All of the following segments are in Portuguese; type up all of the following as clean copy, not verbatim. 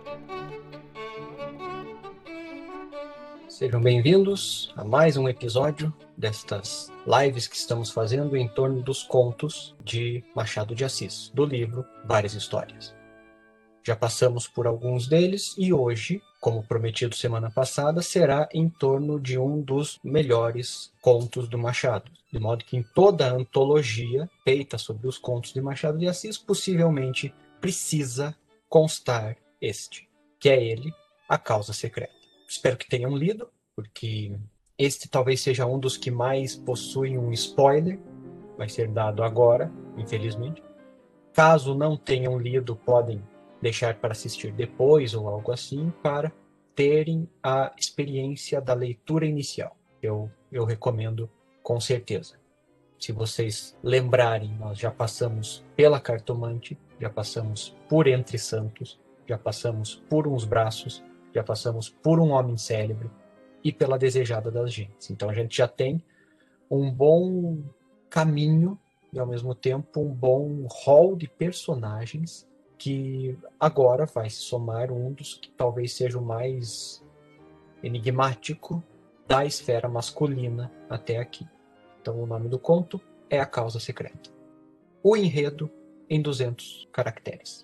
Sejam bem-vindos a mais um episódio destas lives que estamos fazendo em torno dos contos de Machado de Assis, do livro Várias Histórias. Já passamos por alguns deles e hoje, como prometido semana passada, será em torno de um dos melhores contos do Machado. De modo que em toda a antologia feita sobre os contos de Machado de Assis, possivelmente precisa constar este, que é ele, A Causa Secreta. Espero que tenham lido, porque este talvez seja um dos que mais possui um spoiler, vai ser dado agora, infelizmente. Caso não tenham lido, podem deixar para assistir depois ou algo assim, para terem a experiência da leitura inicial. Eu recomendo com certeza. Se vocês lembrarem, nós já passamos pela Cartomante, já passamos por Entre Santos, já passamos por Uns Braços, já passamos por Um Homem Célebre e pela Desejada das Gentes. Então a gente já tem um bom caminho e ao mesmo tempo um bom rol de personagens que agora vai se somar um dos que talvez seja o mais enigmático da esfera masculina até aqui. Então o nome do conto é A Causa Secreta. O enredo em 200 caracteres.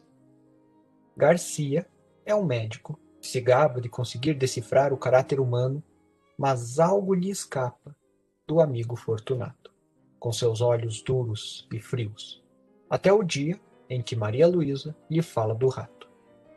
Garcia é um médico que se gaba de conseguir decifrar o caráter humano, mas algo lhe escapa do amigo Fortunato, com seus olhos duros e frios, até o dia em que Maria Luísa lhe fala do rato.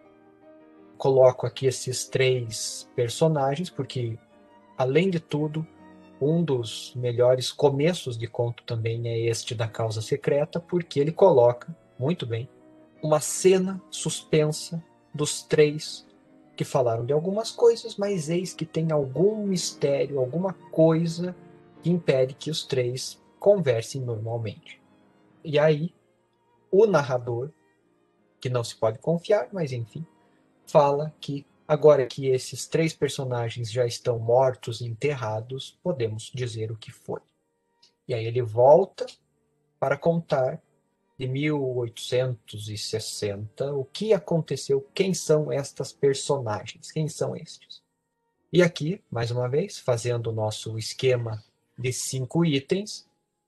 Coloco aqui esses três personagens porque, além de tudo, um dos melhores começos de conto também é este da Causa Secreta, porque ele coloca, muito bem, uma cena suspensa dos três que falaram de algumas coisas, mas eis que tem algum mistério, alguma coisa que impede que os três conversem normalmente. E aí, o narrador, que não se pode confiar, mas enfim, fala que agora que esses três personagens já estão mortos e enterrados, podemos dizer o que foi. E aí ele volta para contar de 1860 o que aconteceu, quem são estas personagens, quem são estes. E aqui, mais uma vez, fazendo o nosso esquema de 5 itens,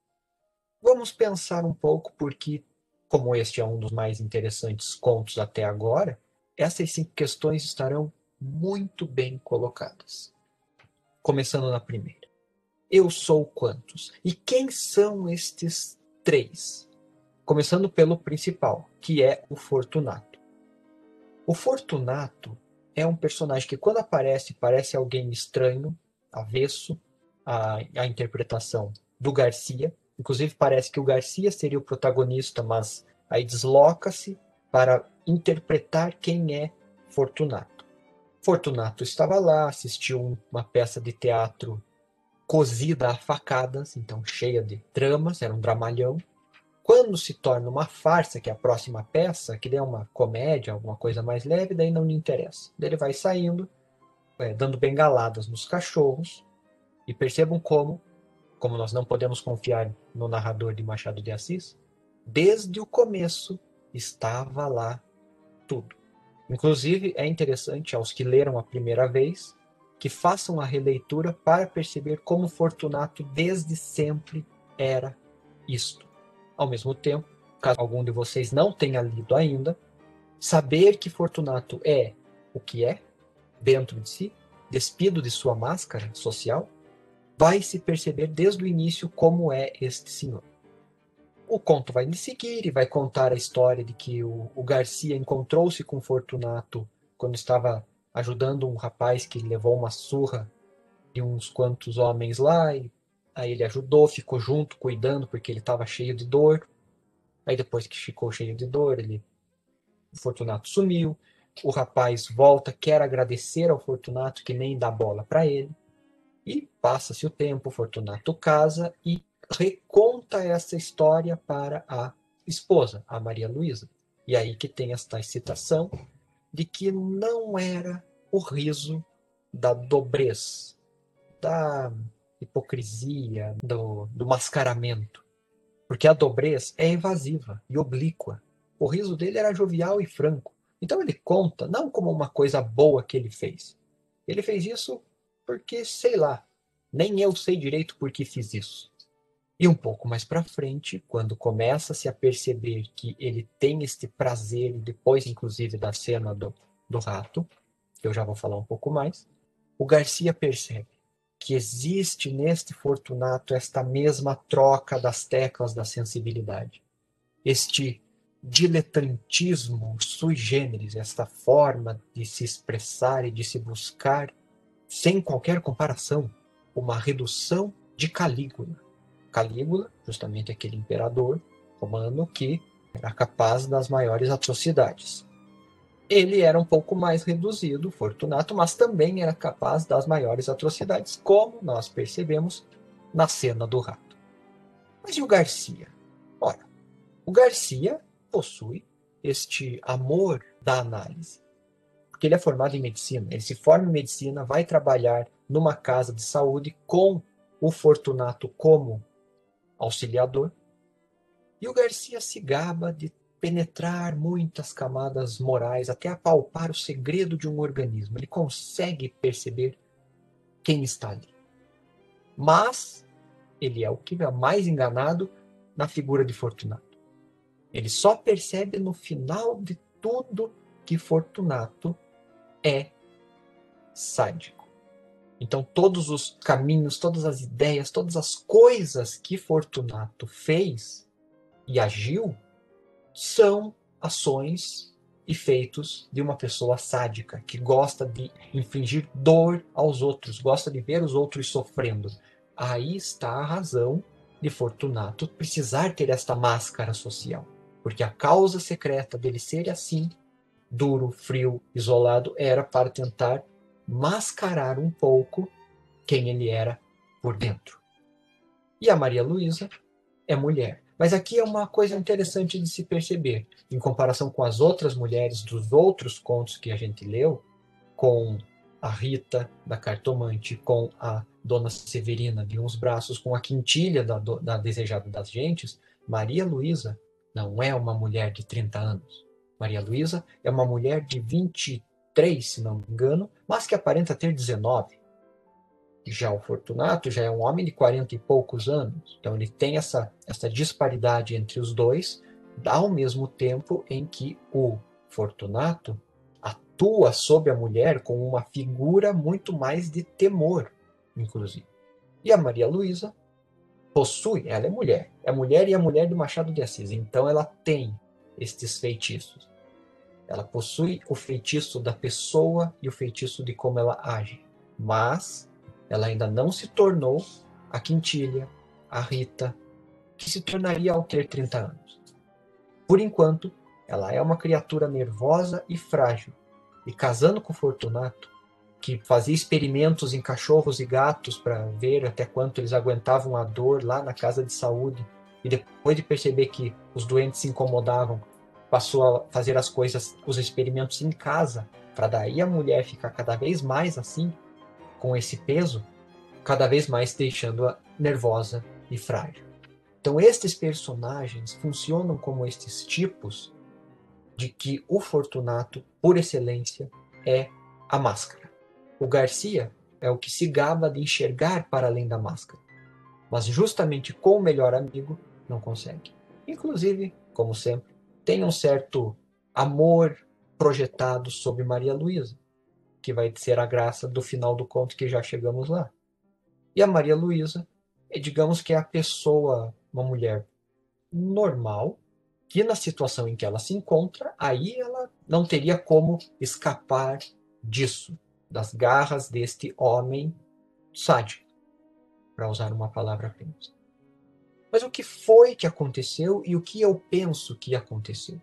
vamos pensar um pouco porque, como este é um dos mais interessantes contos até agora, essas 5 questões estarão muito bem colocadas. Começando na primeira. Eu sou quantos? E quem são estes três? Começando pelo principal, que é o Fortunato. O Fortunato é um personagem que, quando aparece, parece alguém estranho, avesso à interpretação do Garcia. Inclusive, parece que o Garcia seria o protagonista, mas aí desloca-se para interpretar quem é Fortunato. Fortunato estava lá, assistiu uma peça de teatro cozida a facadas, então cheia de dramas, era um dramalhão. Quando se torna uma farsa, que é a próxima peça, que é uma comédia, alguma coisa mais leve, daí não lhe interessa. Daí ele vai saindo, dando bengaladas nos cachorros, e percebam como nós não podemos confiar no narrador de Machado de Assis, desde o começo estava lá tudo. Inclusive, é interessante aos que leram a primeira vez que façam a releitura para perceber como Fortunato desde sempre era isto. Ao mesmo tempo, caso algum de vocês não tenha lido ainda, saber que Fortunato é o que é, dentro de si, despido de sua máscara social, vai se perceber desde o início como é este senhor. O conto vai lhe seguir e vai contar a história de que o Garcia encontrou-se com Fortunato quando estava ajudando um rapaz que levou uma surra de uns quantos homens lá, e aí ele ajudou, ficou junto, cuidando, porque ele estava cheio de dor. Aí depois que ficou cheio de dor, o Fortunato sumiu. O rapaz volta, quer agradecer ao Fortunato, que nem dá bola para ele. E passa-se o tempo, o Fortunato casa e reconta essa história para a esposa, a Maria Luísa. E aí que tem esta citação de que não era o riso da dobrez, da hipocrisia, do mascaramento. Porque a dobrez é evasiva e oblíqua. O riso dele era jovial e franco. Então ele conta não como uma coisa boa que ele fez. Ele fez isso porque, sei lá, nem eu sei direito por que fiz isso. E um pouco mais para frente, quando começa-se a perceber que ele tem este prazer, depois inclusive da cena do rato, que eu já vou falar um pouco mais, o Garcia percebe que existe neste Fortunato esta mesma troca das teclas da sensibilidade. Este diletantismo sui generis, esta forma de se expressar e de se buscar, sem qualquer comparação, uma redução de Calígula. Calígula, justamente aquele imperador romano que era capaz das maiores atrocidades. Ele era um pouco mais reduzido, Fortunato, mas também era capaz das maiores atrocidades, como nós percebemos na cena do rato. Mas e o Garcia? Ora, o Garcia possui este amor da análise, porque ele é formado em medicina, ele se forma em medicina, vai trabalhar numa casa de saúde com o Fortunato como auxiliador, e o Garcia se gaba de penetrar muitas camadas morais, até apalpar o segredo de um organismo. Ele consegue perceber quem está ali. Mas ele é o que é mais enganado na figura de Fortunato. Ele só percebe no final de tudo que Fortunato é sádico. Então, todos os caminhos, todas as ideias, todas as coisas que Fortunato fez e agiu são ações e feitos de uma pessoa sádica, que gosta de infligir dor aos outros, gosta de ver os outros sofrendo. Aí está a razão de Fortunato precisar ter esta máscara social, porque a causa secreta dele ser assim, duro, frio, isolado, era para tentar mascarar um pouco quem ele era por dentro. E a Maria Luísa é mulher. Mas aqui é uma coisa interessante de se perceber, em comparação com as outras mulheres dos outros contos que a gente leu, com a Rita, da cartomante, com a Dona Severina de Uns Braços, com a Quintilha da Desejada das Gentes, Maria Luísa não é uma mulher de 30 anos. Maria Luísa é uma mulher de 23, se não me engano, mas que aparenta ter 19. Já o Fortunato já é um homem de 40 e poucos anos. Então ele tem essa disparidade entre os dois, ao mesmo tempo em que o Fortunato atua sobre a mulher com uma figura muito mais de temor, inclusive. E a Maria Luísa possui, ela é mulher e a mulher do Machado de Assis. Então ela tem estes feitiços. Ela possui o feitiço da pessoa e o feitiço de como ela age. Mas ela ainda não se tornou a Quintilha, a Rita, que se tornaria ao ter 30 anos. Por enquanto, ela é uma criatura nervosa e frágil. E casando com Fortunato, que fazia experimentos em cachorros e gatos para ver até quanto eles aguentavam a dor lá na casa de saúde, e depois de perceber que os doentes se incomodavam, passou a fazer as coisas, os experimentos em casa, para daí a mulher ficar cada vez mais assim, com esse peso, cada vez mais deixando-a nervosa e frágil. Então estes personagens funcionam como estes tipos de que o Fortunato, por excelência, é a máscara. O Garcia é o que se gaba de enxergar para além da máscara, mas justamente com o melhor amigo não consegue. Inclusive, como sempre, tem um certo amor projetado sobre Maria Luísa, que vai ser a graça do final do conto que já chegamos lá. E a Maria Luísa, digamos que é a pessoa, uma mulher normal, que na situação em que ela se encontra, aí ela não teria como escapar disso, das garras deste homem sádico, para usar uma palavra apenas. Mas o que foi que aconteceu e o que eu penso que aconteceu?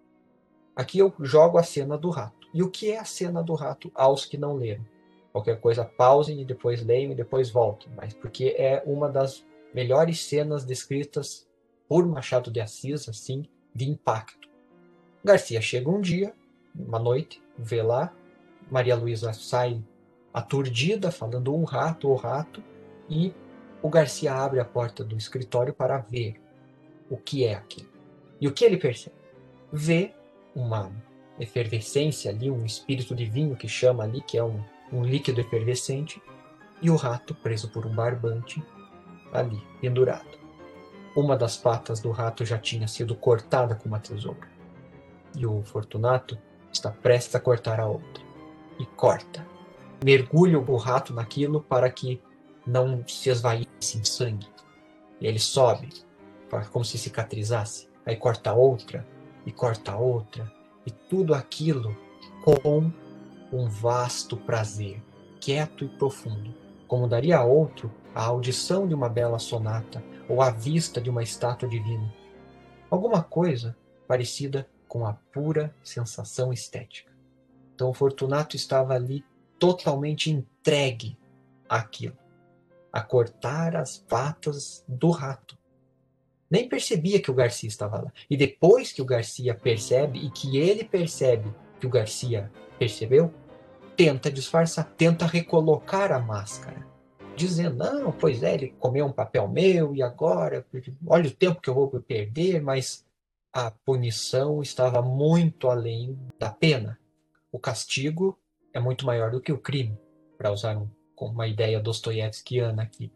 Aqui eu jogo a cena do rato. E o que é a cena do rato aos que não leram? Qualquer coisa, pausem e depois leiam e depois voltem, mas porque é uma das melhores cenas descritas por Machado de Assis, assim, de impacto. Garcia chega um dia, uma noite, vê lá, Maria Luísa sai aturdida, falando o rato, e o Garcia abre a porta do escritório para ver o que é aquilo. E o que ele percebe? Vê uma efervescência ali, um espírito de vinho que chama ali, que é um líquido efervescente, e o rato preso por um barbante ali, pendurado. Uma das patas do rato já tinha sido cortada com uma tesoura. E o Fortunato está prestes a cortar a outra. E corta. Mergulha o rato naquilo para que não se esvaísse em sangue. E ele sobe, como se cicatrizasse. Aí corta outra, e corta outra. E tudo aquilo com um vasto prazer, quieto e profundo, como daria a outro a audição de uma bela sonata ou a vista de uma estátua divina. Alguma coisa parecida com a pura sensação estética. Então o Fortunato estava ali totalmente entregue àquilo, a cortar as patas do rato. Nem percebia que o Garcia estava lá. E depois que o Garcia percebe e que ele percebe que o Garcia percebeu, tenta disfarçar, tenta recolocar a máscara, dizendo, não, pois é, ele comeu um papel meu e agora, olha o tempo que eu vou perder, mas a punição estava muito além da pena. O castigo é muito maior do que o crime, para usar uma ideia dostoiévskiana aqui.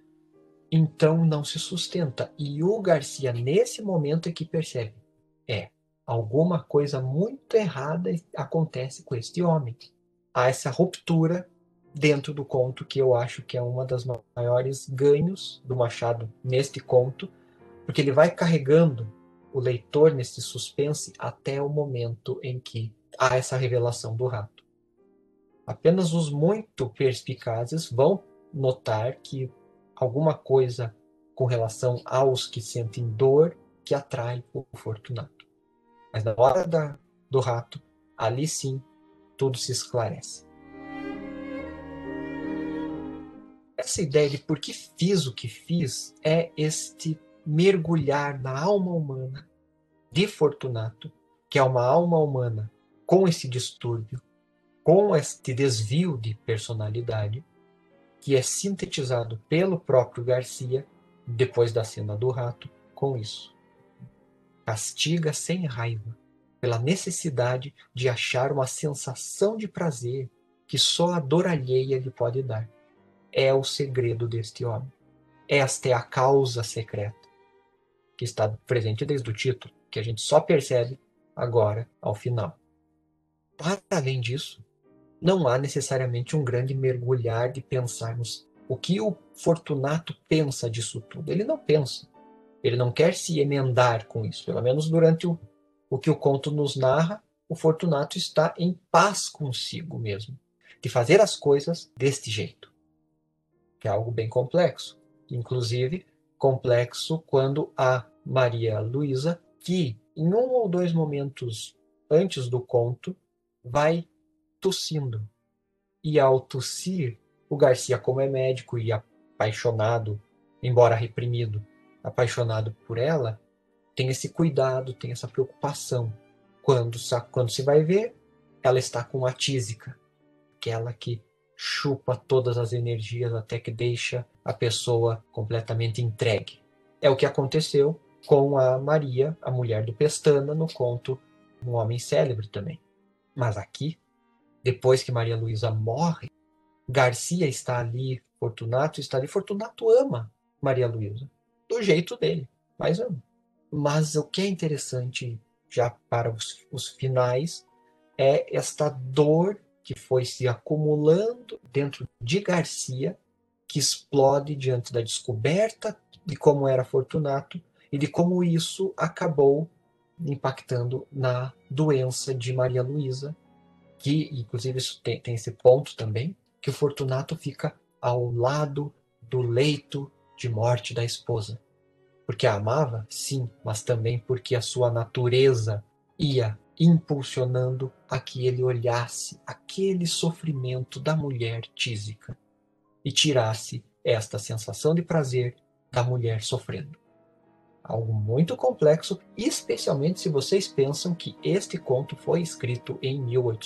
Então não se sustenta. E o Garcia, nesse momento, é que percebe, alguma coisa muito errada acontece com este homem. Há essa ruptura dentro do conto que eu acho que é uma das maiores ganhos do Machado neste conto, porque ele vai carregando o leitor nesse suspense até o momento em que há essa revelação do rato. Apenas os muito perspicazes vão notar que alguma coisa com relação aos que sentem dor que atrai o Fortunato. Mas na hora do rato, ali sim, tudo se esclarece. Essa ideia de por que fiz o que fiz é este mergulhar na alma humana de Fortunato, que é uma alma humana com esse distúrbio, com este desvio de personalidade, que é sintetizado pelo próprio Garcia, depois da cena do rato, com isso. Castiga sem raiva, pela necessidade de achar uma sensação de prazer que só a dor alheia lhe pode dar. É o segredo deste homem. Esta é a causa secreta, que está presente desde o título, que a gente só percebe agora, ao final. Para além disso, não há necessariamente um grande mergulhar de pensarmos o que o Fortunato pensa disso tudo. Ele não pensa. Ele não quer se emendar com isso. Pelo menos durante o que o conto nos narra, o Fortunato está em paz consigo mesmo, de fazer as coisas deste jeito, que é algo bem complexo. Inclusive, complexo quando a Maria Luísa, que em um ou dois momentos antes do conto, vai tossindo. E ao tossir, o Garcia, como é médico e apaixonado, embora reprimido, apaixonado por ela, tem esse cuidado, tem essa preocupação. Quando se vai ver, ela está com a tísica, aquela que chupa todas as energias até que deixa a pessoa completamente entregue. É o que aconteceu com a Maria, a mulher do Pestana, no conto Um Homem Célebre também. Mas aqui, depois que Maria Luísa morre, Garcia está ali, Fortunato está ali. Fortunato ama Maria Luísa, do jeito dele, mas ama. Mas o que é interessante, já para os finais, é esta dor que foi se acumulando dentro de Garcia, que explode diante da descoberta de como era Fortunato e de como isso acabou impactando na doença de Maria Luísa, que, inclusive, isso tem esse ponto também, que o Fortunato fica ao lado do leito de morte da esposa. Porque a amava, sim, mas também porque a sua natureza ia impulsionando a que ele olhasse aquele sofrimento da mulher tísica e tirasse esta sensação de prazer da mulher sofrendo. Algo muito complexo, especialmente se vocês pensam que este conto foi escrito em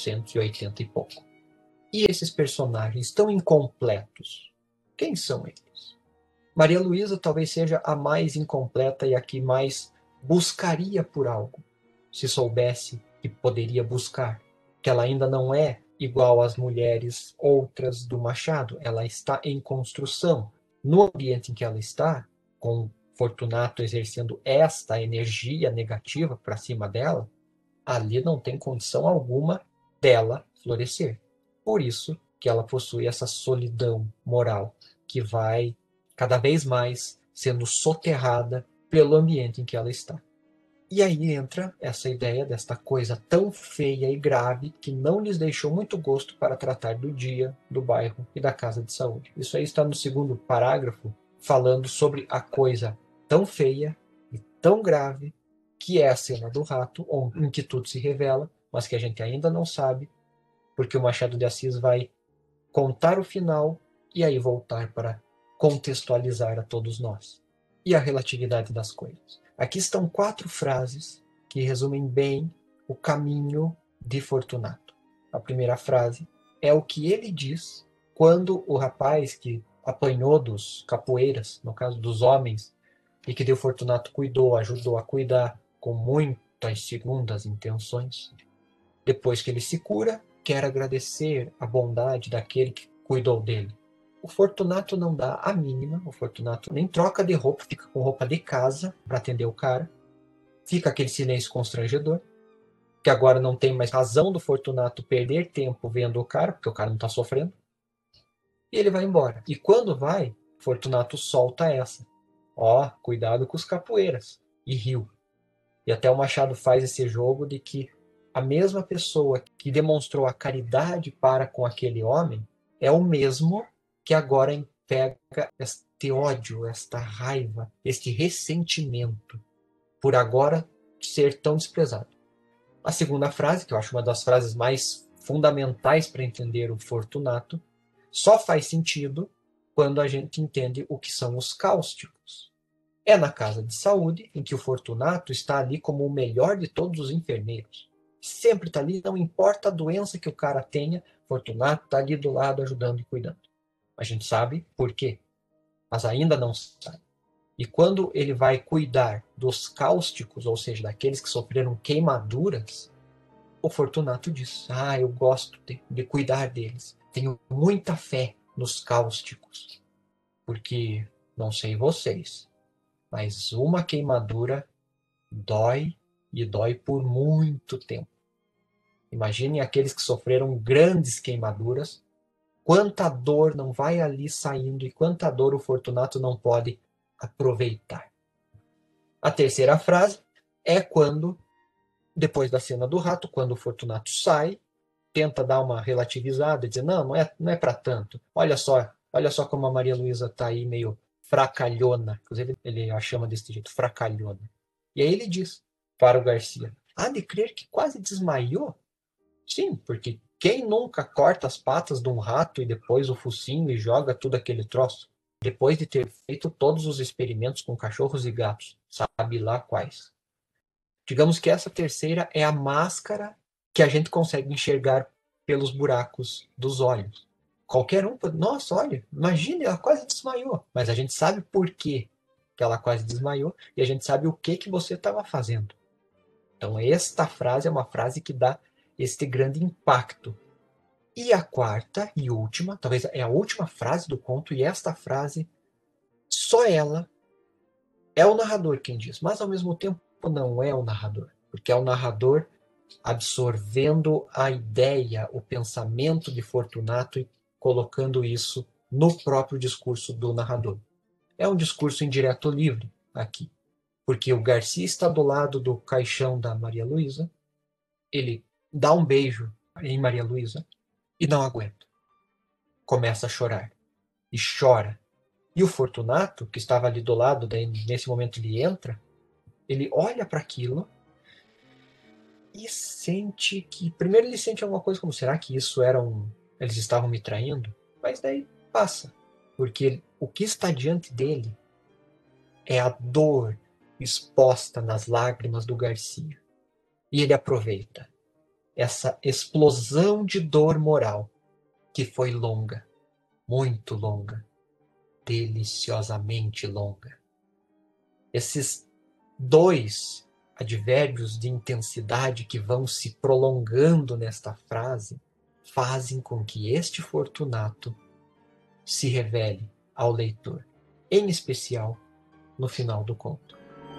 1880 e pouco. E esses personagens tão incompletos, quem são eles? Maria Luísa talvez seja a mais incompleta e a que mais buscaria por algo, se soubesse que poderia buscar, que ela ainda não é igual às mulheres outras do Machado, ela está em construção. No ambiente em que ela está, com Fortunato exercendo esta energia negativa para cima dela, ali não tem condição alguma dela florescer. Por isso que ela possui essa solidão moral que vai cada vez mais sendo soterrada pelo ambiente em que ela está. E aí entra essa ideia desta coisa tão feia e grave que não lhes deixou muito gosto para tratar do dia, do bairro e da casa de saúde. Isso aí está no segundo parágrafo, falando sobre a coisa tão feia e tão grave que é a cena do rato, em que tudo se revela, mas que a gente ainda não sabe, porque o Machado de Assis vai contar o final e aí voltar para contextualizar a todos nós. E a relatividade das coisas. Aqui estão 4 frases que resumem bem o caminho de Fortunato. A primeira frase é o que ele diz quando o rapaz que apanhou dos capoeiras, no caso dos homens, e que o Fortunato cuidou, ajudou a cuidar com muitas segundas intenções. Depois que ele se cura, quer agradecer a bondade daquele que cuidou dele. O Fortunato não dá a mínima, o Fortunato nem troca de roupa, fica com roupa de casa para atender o cara. Fica aquele silêncio constrangedor, que agora não tem mais razão do Fortunato perder tempo vendo o cara, porque o cara não está sofrendo. E ele vai embora. E quando vai, Fortunato solta essa. Ó, cuidado com os capoeiras. E riu. E até o Machado faz esse jogo de que a mesma pessoa que demonstrou a caridade para com aquele homem é o mesmo que agora pega este ódio, esta raiva, este ressentimento por agora ser tão desprezado. A segunda frase, que eu acho uma das frases mais fundamentais para entender o Fortunato, só faz sentido quando a gente entende o que são os cáusticos. É na casa de saúde em que o Fortunato está ali como o melhor de todos os enfermeiros. Sempre está ali, não importa a doença que o cara tenha, Fortunato está ali do lado ajudando e cuidando. A gente sabe por quê, mas ainda não sabe. E quando ele vai cuidar dos cáusticos, ou seja, daqueles que sofreram queimaduras, o Fortunato diz: ah, eu gosto de cuidar deles. Tenho muita fé nos cáusticos. Porque, não sei vocês, mas uma queimadura dói e dói por muito tempo. Imaginem aqueles que sofreram grandes queimaduras, quanta dor não vai ali saindo e quanta dor o Fortunato não pode aproveitar. A terceira frase é quando, depois da cena do rato, quando o Fortunato sai, tenta dar uma relativizada, dizer, não é para tanto. Olha só como a Maria Luísa está aí meio fracalhona. Inclusive, ele a chama desse jeito, fracalhona. E aí ele diz para o Garcia, há de crer que quase desmaiou? Sim, porque quem nunca corta as patas de um rato e depois o focinho e joga tudo aquele troço? Depois de ter feito todos os experimentos com cachorros e gatos, sabe lá quais. Digamos que essa terceira é a máscara que a gente consegue enxergar pelos buracos dos olhos. Qualquer um pode, nossa, olha, imagine, ela quase desmaiou. Mas a gente sabe por quê que ela quase desmaiou e a gente sabe o que você estava fazendo. Então, esta frase é uma frase que dá este grande impacto. E a quarta e última, talvez é a última frase do conto, e esta frase, só ela é o narrador quem diz, mas ao mesmo tempo não é o narrador, porque é o narrador absorvendo a ideia, o pensamento de Fortunato e colocando isso no próprio discurso do narrador. É um discurso em direto livre aqui, porque o Garcia está do lado do caixão da Maria Luísa, ele dá um beijo em Maria Luísa e não aguenta. Começa a chorar. E chora. E o Fortunato, que estava ali do lado, daí, nesse momento ele entra, ele olha para aquilo e sente que. Primeiro ele sente alguma coisa como: será que isso era um. Eles estavam me traindo? Mas daí passa. Porque o que está diante dele é a dor exposta nas lágrimas do Garcia. E ele aproveita essa explosão de dor moral que foi longa, muito longa, deliciosamente longa. Esses 2 advérbios de intensidade que vão se prolongando nesta frase fazem com que este Fortunato se revele ao leitor, em especial no final do conto.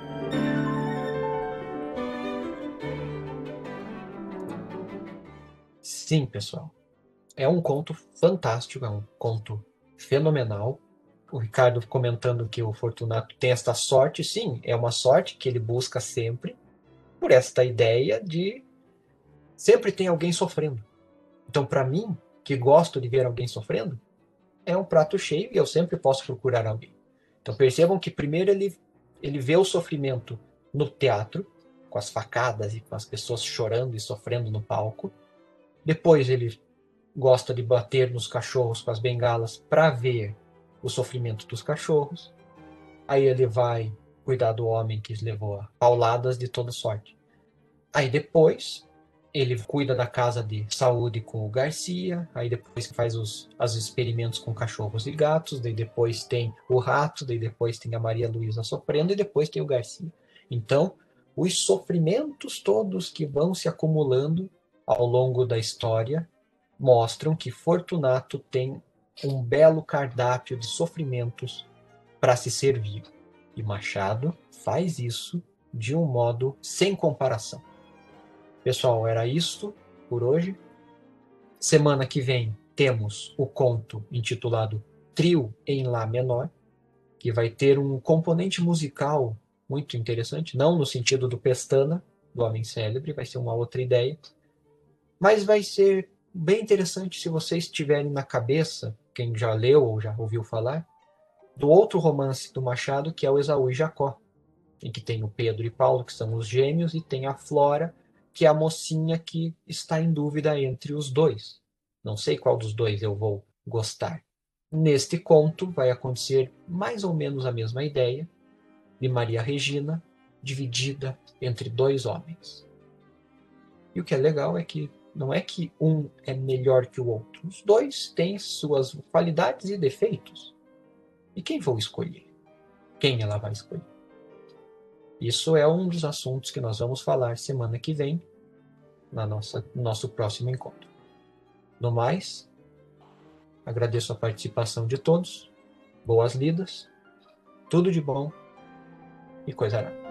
Sim, pessoal, é um conto fantástico, é um conto fenomenal. O Ricardo comentando que o Fortunato tem esta sorte, sim, é uma sorte que ele busca sempre, por esta ideia de sempre tem alguém sofrendo. Então, para mim, que gosto de ver alguém sofrendo, é um prato cheio e eu sempre posso procurar alguém. Então, percebam que primeiro ele vê o sofrimento no teatro, com as facadas e com as pessoas chorando e sofrendo no palco. Depois ele gosta de bater nos cachorros com as bengalas para ver o sofrimento dos cachorros. Aí ele vai cuidar do homem que levou pauladas de toda sorte. Aí depois ele cuida da casa de saúde com o Garcia, aí depois faz os experimentos com cachorros e gatos, daí depois tem o rato, daí depois tem a Maria Luísa sofrendo e depois tem o Garcia. Então, os sofrimentos todos que vão se acumulando ao longo da história mostram que Fortunato tem um belo cardápio de sofrimentos para se servir. E Machado faz isso de um modo sem comparação. Pessoal, era isso por hoje. Semana que vem temos o conto intitulado Trio em Lá menor, que vai ter um componente musical muito interessante, não no sentido do Pestana, do Homem Célebre, vai ser uma outra ideia, mas vai ser bem interessante se vocês tiverem na cabeça, quem já leu ou já ouviu falar, do outro romance do Machado, que é o Esaú e Jacó, em que tem o Pedro e Paulo, que são os gêmeos, e tem a Flora, que é a mocinha que está em dúvida entre os dois. Não sei qual dos dois eu vou gostar. Neste conto vai acontecer mais ou menos a mesma ideia de Maria Regina dividida entre dois homens. E o que é legal é que não é que um é melhor que o outro. Os dois têm suas qualidades e defeitos. E quem vou escolher? Quem ela vai escolher? Isso é um dos assuntos que nós vamos falar semana que vem, no nosso próximo encontro. No mais, agradeço a participação de todos, boas lidas, tudo de bom e coisa arada.